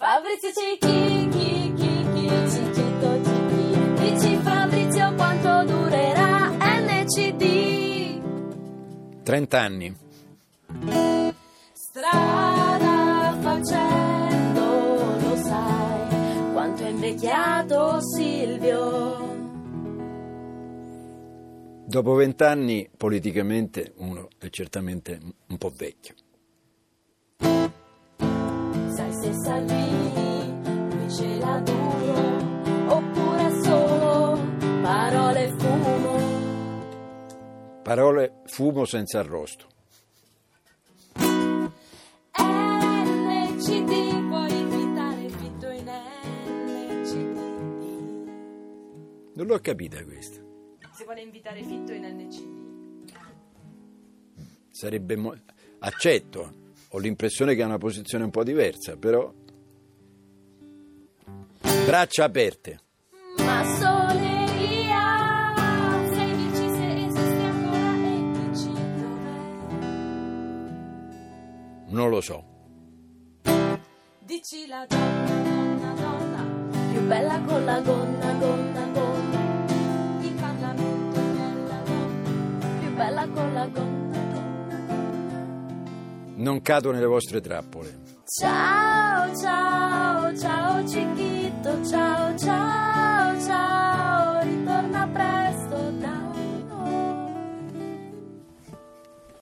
Fabrizio Cicchi, Cicchetto Cicchi, dici Fabrizio quanto durerà NCD? 30 anni. Strada facendo, lo sai, quanto è invecchiato Silvio. Dopo 20 anni, politicamente, uno è certamente un po' vecchio. Sai se Salvini lui ce l'ha duro, oppure solo parole e fumo. Parole, fumo senza arrosto. NCD, puoi invitare Fitto in NCD. Non l'ho capita questa. Si vuole invitare Fitto in NCD. Sarebbe accetto, ho l'impressione che ha una posizione un po' diversa, però braccia aperte. Massoneria, se dici se esiste ancora e dici dov'è. Non lo so. Dici la donna, donna, più bella con la gonna, gonna, gonna. In Parlamento è la donna, più bella con la gonna, gonna, gonna. Non cado nelle vostre trappole. Ciao,